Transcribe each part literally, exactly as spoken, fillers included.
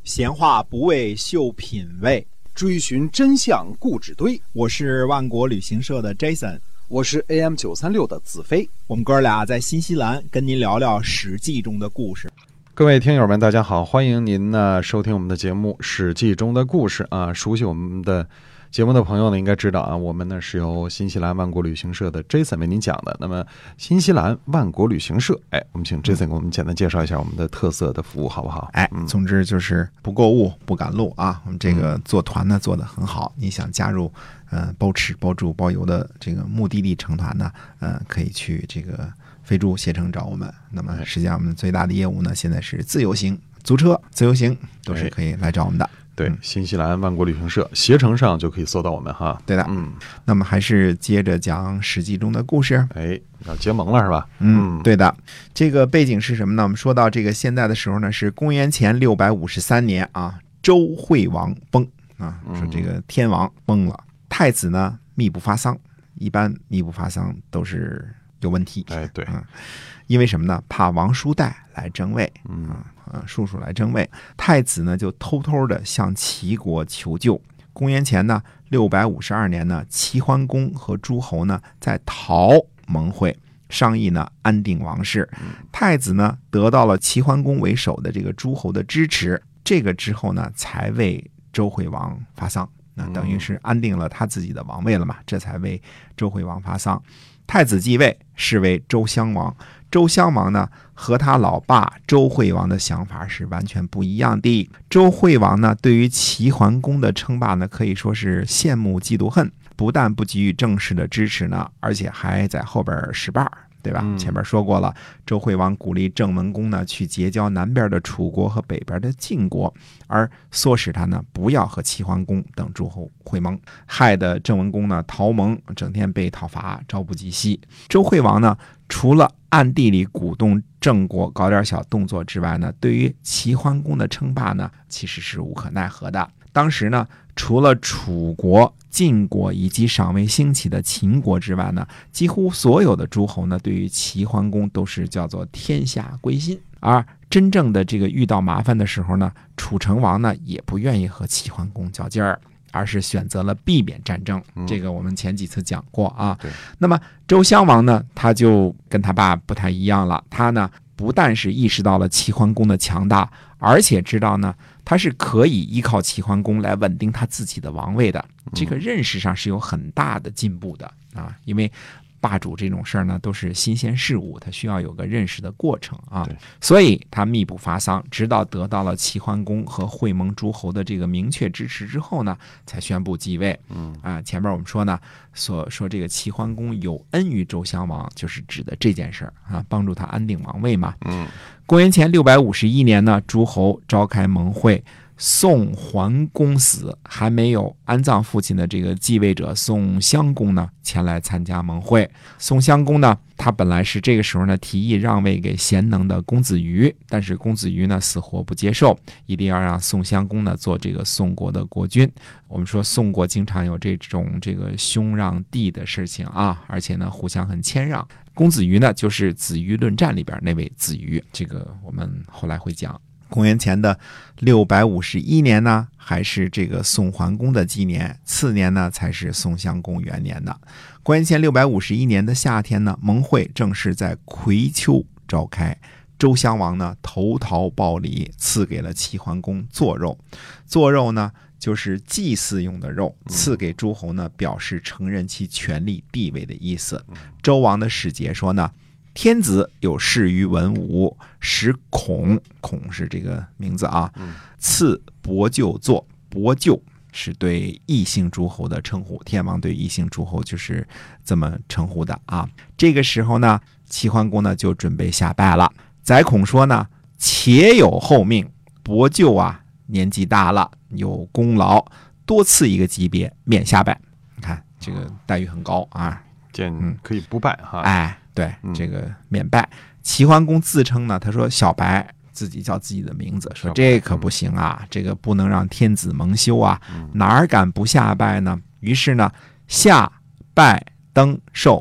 闲话不为秀品味， 追寻真相故纸堆。 我是万国旅行社的 Jason， 我是 A M 九三六 的子飞。 我们哥俩在新西兰跟您聊聊史记中的故事。 各位听友们大家好，欢迎您呢收听我们的节目史记中的故事啊。熟悉我们的节目的朋友呢应该知道啊，我们呢是由新西兰万国旅行社的 Jason 为您讲的。那么新西兰万国旅行社，哎，我们请 Jason 给我们简单介绍一下我们的特色的服务好不好？ 哎，总之就是不购物不赶路啊。我们这个做团呢做得很好，你想加入呃包吃包住包游的这个目的地成团呢，呃可以去这个飞猪携程找我们。那么实际上我们最大的业务呢现在是自由行、租车、自由行都是可以来找我们的。 对，新西兰万国旅行社携程上就可以搜到我们哈。 对的，嗯，那么还是接着讲史记中的故事。 哎，要结盟了是吧？ 嗯，对的。这个背景是什么呢？我们说到这个现在的时候呢，是公元前六百五十三年啊，周惠王崩啊，说这个天王崩了，太子呢秘不发丧，一般秘不发丧都是有问题。 哎，对， 嗯，因为什么呢？怕王叔代来争位， 嗯。 呃，叔叔来争位，太子呢就偷偷的向齐国求救。公元前呢六百五十二年呢，齐桓公和诸侯呢在陶盟会，商议呢安定王室。太子呢得到了齐桓公为首的这个诸侯的支持，这个之后呢才为周惠王发丧，那等于是安定了他自己的王位了嘛，这才为周惠王发丧。太子继位，是为周襄王。周襄王呢和他老爸周惠王的想法是完全不一样的。周惠王呢对于齐桓公的称霸呢可以说是羡慕嫉妒恨，不但不给予正式的支持呢，而且还在后边使绊，对吧？前面说过了，周惠王鼓励郑文公呢去结交南边的楚国和北边的晋国，而唆使他呢不要和齐桓公等诸侯会盟，害得郑文公呢逃盟，整天被讨伐，朝不及夕。周惠王呢除了暗地里鼓动郑国搞点小动作之外呢，对于齐桓公的称霸呢其实是无可奈何的。当时呢除了楚国、晋国以及尚未兴起的秦国之外呢，几乎所有的诸侯呢对于齐桓公都是叫做天下归心。而真正的这个遇到麻烦的时候呢，楚成王呢也不愿意和齐桓公较劲儿，而是选择了避免战争。这个我们前几次讲过啊。 对。 那么周襄王呢，他就跟他爸不太一样了，他呢不但是意识到了齐桓公的强大，而且知道呢他是可以依靠齐桓公来稳定他自己的王位的，这个认识上是有很大的进步的啊。因为霸主这种事儿呢都是新鲜事物，它需要有个认识的过程啊。所以他秘不发丧，直到得到了齐桓公和会盟诸侯的这个明确支持之后呢，才宣布继位。嗯啊，前面我们说呢，所说这个齐桓公有恩于周襄王，就是指的这件事儿啊，帮助他安定王位嘛。 嗯， 公元前六百五十一年呢，诸侯召开盟会。宋桓公死，还没有安葬父亲的这个继位者宋襄公呢，前来参加盟会。宋襄公呢，他本来是这个时候呢提议让位给贤能的公子瑜，但是公子瑜呢死活不接受，一定要让宋襄公呢做这个宋国的国君。我们说宋国经常有这种这个兄让弟的事情啊，而且呢互相很谦让。公子瑜呢就是子瑜论战里边那位子瑜，这个我们后来会讲。公元前的六百五十一年呢，还是这个宋桓公的纪年，次年呢才是宋襄公元年的。公元前六百五十一年的夏天呢，盟会正是在葵丘召开。周襄王呢投桃报李，赐给了齐桓公做肉。做肉呢就是祭祀用的肉，赐给诸侯呢表示承认其权力地位的意思。周王的使节说呢，天子有事于文武，使孔，孔是这个名字啊，赐伯舅做。伯舅是对异姓诸侯的称呼，天王对异姓诸侯就是这么称呼的啊。这个时候呢，齐桓公呢就准备下拜了。宰孔说呢，且有后命，伯舅啊年纪大了，有功劳，多赐一个级别，免下拜。你看这个待遇很高啊， 见可以不拜哈。 哎。对，这个免拜。齐桓公自称呢，他说小白，自己叫自己的名字，说这可不行啊，这个不能让天子蒙羞啊，哪儿敢不下拜呢？于是呢，下拜登寿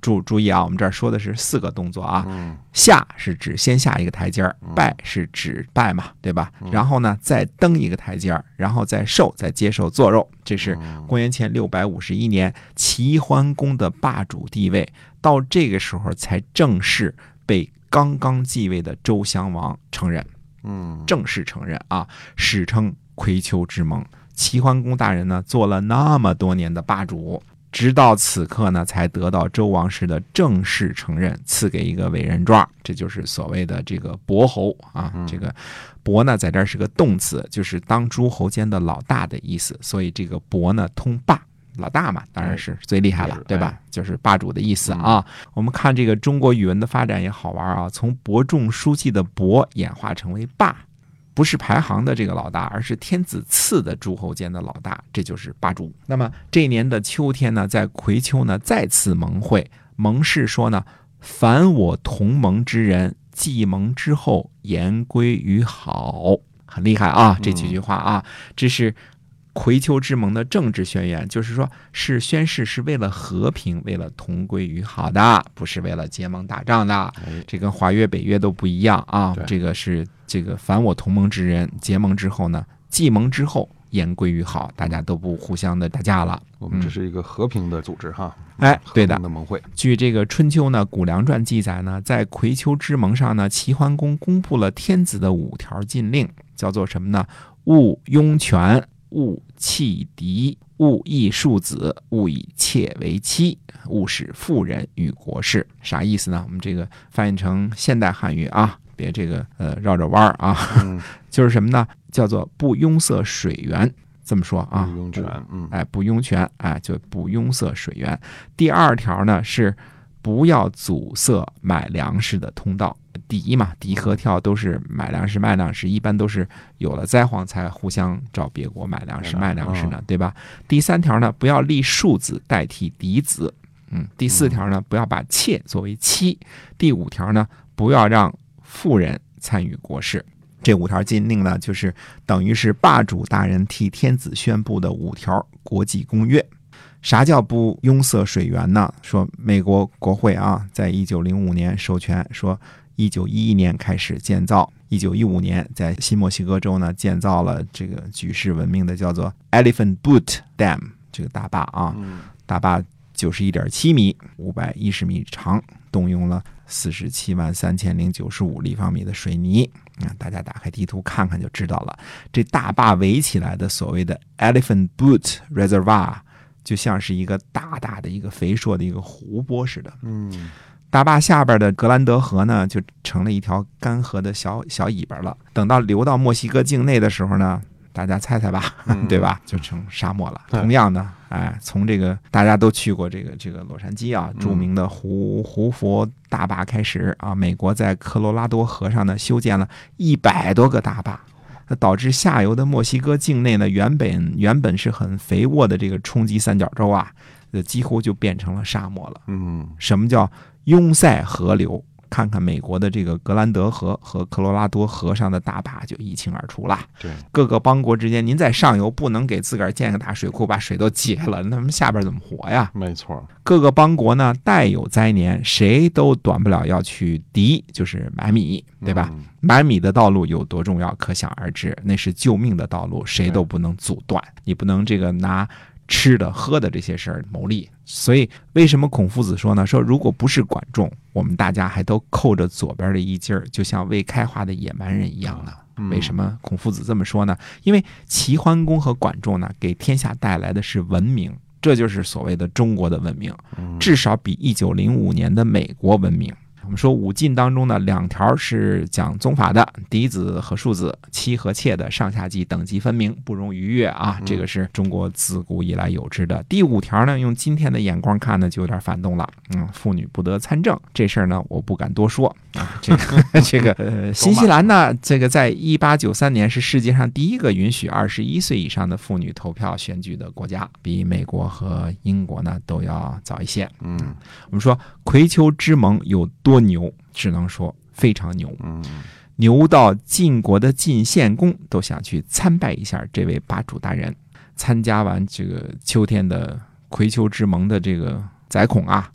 注注意啊，我们这儿说的是四个动作啊。 嗯下是指先下一个台阶儿，拜是指拜嘛，对吧？然后呢，再登一个台阶儿，然后再受，再接受做肉。这是公元前六百五十一年齐桓公的霸主地位，到这个时候才正式被刚刚继位的周襄王承认， 嗯， 正式承认啊，史称葵丘之盟。齐桓公大人呢，做了那么多年的霸主，直到此刻呢，才得到周王室的正式承认，赐给一个伟人状，这就是所谓的这个伯侯啊。这个伯呢，在这儿是个动词，就是当诸侯间的老大的意思，所以这个伯呢通霸。老大嘛，当然是最厉害了，对吧？就是霸主的意思啊。我们看这个中国语文的发展也好玩啊，从伯仲书记的伯演化成为霸。不是排行的这个老大，而是天子赐的诸侯间的老大，这就是霸主。那么这一年的秋天呢，在葵丘呢再次盟会，盟誓说呢，凡我同盟之人，继盟之后，言归于好。很厉害啊，这几句话啊，这是葵丘之盟的政治宣言，就是说是宣誓是为了和平，为了同归于好的，不是为了结盟打仗的。这跟华约北约都不一样啊，这个是这个凡我同盟之人，结盟之后呢，继盟之后言归于好，大家都不互相的打架了。 我们这是一个和平的组织哈。 哎，对的， 和平的盟会。 据这个春秋呢，《谷梁传》记载呢，在葵丘之盟上呢，齐桓公公布了天子的五条禁令，叫做什么呢？勿拥权，勿弃嫡，勿易庶子，勿以妾为妻，勿使妇人与国事。啥意思呢？我们这个翻译成现代汉语啊，别这个呃绕着弯儿啊， 嗯、 就是什么呢？叫做不拥塞水源。这么说啊， 不拥权，嗯， 哎，不拥权，哎，就不拥塞水源。第二条呢是不要阻塞买粮食的通道。敌嘛，敌和跳都是买粮食卖粮食，一般都是有了灾荒才互相找别国买粮食卖粮食呢，对吧？第三条呢，不要立庶子代替嫡子。嗯，第四条呢，不要把妾作为妻。第五条呢，不要让妇人参与国事。这五条禁令呢，就是等于是霸主大人替天子宣布的五条国际公约。啥叫不拥塞水源呢？说美国国会啊，在一九零五年授权说，一九一一年开始建造，一九一五年在新墨西哥州呢建造了这个举世闻名的叫做 Elephant Butte Dam 这个大坝啊，大坝九十一点七米，五百一十米长，动用了四十七万三千零九十五立方米的水泥。嗯，大家打开地图看看就知道了。这大坝围起来的所谓的 Elephant Butte Reservoir， 就像是一个大大的一个肥硕的一个湖泊似的。嗯，大坝下边的格兰德河呢，就成了一条干涸的小小尾巴了。等到流到墨西哥境内的时候呢，大家猜猜吧，嗯、对吧？就成沙漠了。同样的，哎，从这个大家都去过这个这个洛杉矶啊，著名的胡胡佛大坝开始啊，美国在科罗拉多河上呢修建了一百多个大坝，那导致下游的墨西哥境内呢，原本原本是很肥沃的这个冲积三角洲啊，几乎就变成了沙漠了。嗯，什么叫拥塞河流？看看美国的这个格兰德河和科罗拉多河上的大坝就一清二楚了。对，各个邦国之间，您在上游不能给自个儿建个大水库把水都截了，那么下边怎么活呀？没错，各个邦国呢，带有灾年，谁都短不了要去敌，就是买米，对吧？嗯、买米的道路有多重要，可想而知，那是救命的道路，谁都不能阻断。你不能这个拿吃的喝的这些事儿牟利。所以为什么孔夫子说呢？说如果不是管仲，我们大家还都扣着左边的一劲儿，就像未开化的野蛮人一样呢。为什么孔夫子这么说呢？因为齐桓公和管仲呢，给天下带来的是文明，这就是所谓的中国的文明，至少比一九零五年的美国文明。我们说五禁当中呢，两条是讲宗法的，嫡子和庶子，妻和妾的上下级等级分明，不容逾越啊，这个是中国自古以来有之的。第五条呢，用今天的眼光看呢，就有点反动了。嗯，妇女不得参政，这事儿呢，我不敢多说啊。这个这个呃，新西兰呢，这个在一八九三年是世界上第一个允许二十一岁以上的妇女投票选举的国家，比美国和英国呢都要早一些。嗯，我们说葵丘之盟有多牛，只能说非常牛，牛到晋国的晋献公都想去参拜一下这位霸主大人。参加完这个秋天的葵丘之盟的这个宰孔啊，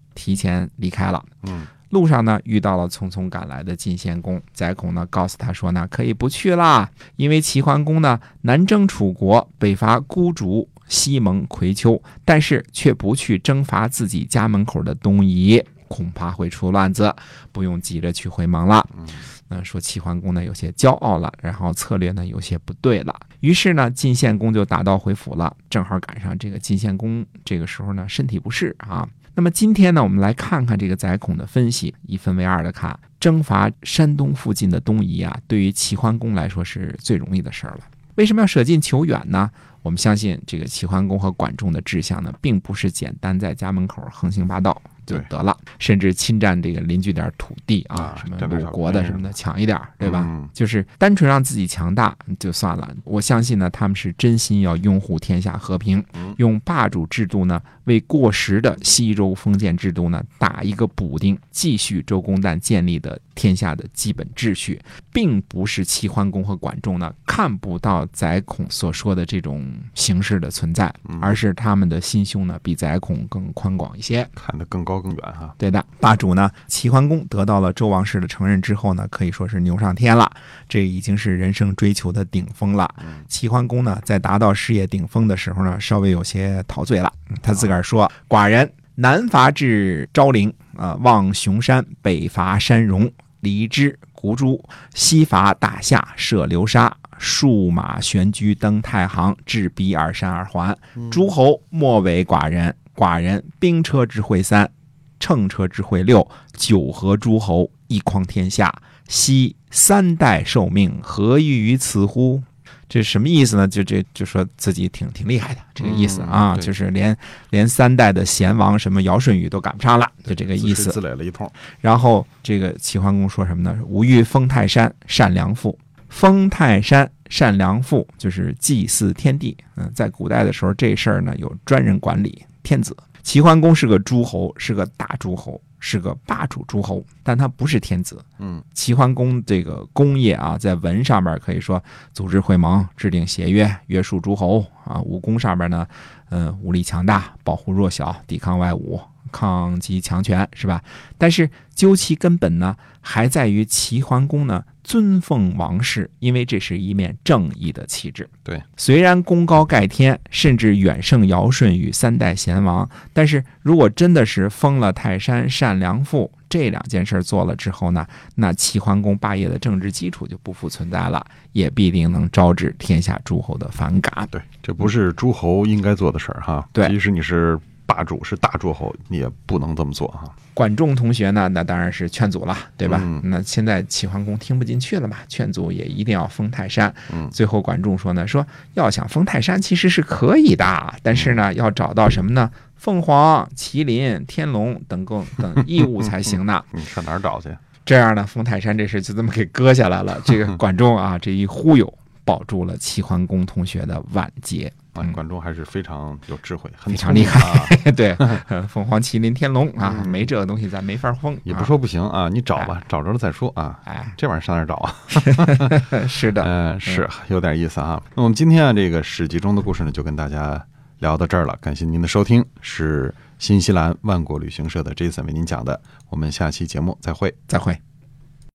提前离开了。 嗯， 路上呢遇到了匆匆赶来的晋献公，宰孔呢告诉他说呢可以不去啦，因为齐桓公呢南征楚国，北伐孤竹，西蒙葵丘，但是却不去征伐自己家门口的东夷，恐怕会出乱子，不用急着去回盟了。那说齐桓公呢有些骄傲了，然后策略呢有些不对了，于是呢晋献公就打道回府了。正好赶上这个晋献公这个时候呢身体不适啊。那么今天呢我们来看看这个宰孔的分析，一分为二的看。征伐山东附近的东夷啊，对于齐桓公来说是最容易的事儿了。为什么要舍近求远呢？我们相信这个齐桓公和管仲的志向呢，并不是简单在家门口横行霸道就得了，甚至侵占这个邻居点土地啊， 啊什么鲁国的什么的抢一点，对吧？ 嗯、 就是单纯让自己强大就算了。我相信呢，他们是真心要拥护天下和平，用霸主制度呢为过时的西周封建制度呢打一个补丁，继续周公旦建立的天下的基本秩序，并不是齐桓公和管仲呢看不到宰孔所说的这种形式的存在，而是他们的心胸呢比宰孔更宽广一些， 看得更高更远哈。 对的，霸主呢齐桓公得到了周王室的承认之后呢，可以说是牛上天了，这已经是人生追求的顶峰了。齐桓公呢在达到事业顶峰的时候呢，稍微有些陶醉了，他自个儿说：寡人南伐至昭陵，啊、呃，望雄山，北伐山戎，离之谷诸，西伐大夏，涉流沙，数马悬居登太行，至彼而山而还。诸侯莫为寡人，寡人兵车之会三，乘车之会六，九合诸侯，一匡天下。昔三代受命，何异于此乎？这什么意思呢？就这就说自己挺挺厉害的这个意思啊， 嗯、 就是连连三代的贤王什么尧舜禹都赶不上了，就这个意思。 自擂了一通。 然后这个齐桓公说什么呢？吾欲封泰山，善良父。封泰山善良父就是祭祀天地。嗯，在古代的时候，这事儿呢有专人管理，天子。齐桓公是个诸侯，是个大诸侯，是个霸主诸侯，但他不是天子。 嗯， 齐桓公这个功业啊，在文上面可以说组织会盟、制定协约、约束诸侯啊；武功上面呢，嗯，武力强大，保护弱小，抵抗外侮，抗击强权，是吧？但是究其根本呢，还在于齐桓公呢尊奉王室，因为这是一面正义的旗帜。 对， 虽然功高盖天，甚至远胜尧舜禹三代贤王，但是如果真的是封了泰山、善良父这两件事做了之后呢，那齐桓公霸业的政治基础就不复存在了，也必定能招致天下诸侯的反感。 对，这不是诸侯应该做的事儿哈。 对， 即使你是霸主，是大诸侯，你也不能这么做哈。 管仲同学呢，那当然是劝阻了，对吧？ 嗯、 那现在齐桓公听不进去了嘛，劝阻也一定要封泰山。 嗯， 最后管仲说呢，说要想封泰山其实是可以的，但是呢，要找到什么呢？凤凰、麒麟、天龙等更等异物才行呢。 你上哪儿找去？ 这样呢，封泰山这事就这么给搁下来了。这个管仲啊，这一忽悠，保住了齐桓公同学的晚节。 啊，管仲还是非常有智慧，很非常厉害。 啊、 对，凤凰、麒麟、天龙啊，没这个东西咱没法封。 也不说不行啊，你找吧，哎、找着了再说啊。 哎， 这玩意儿上哪儿找啊？ 是的， 嗯、呃，是有点意思啊。那我们今天啊，这个史记中的故事呢，就跟大家聊到这儿了。感谢您的收听，是新西兰万国旅行社的 Jason 为您讲的。我们下期节目再会， 再会。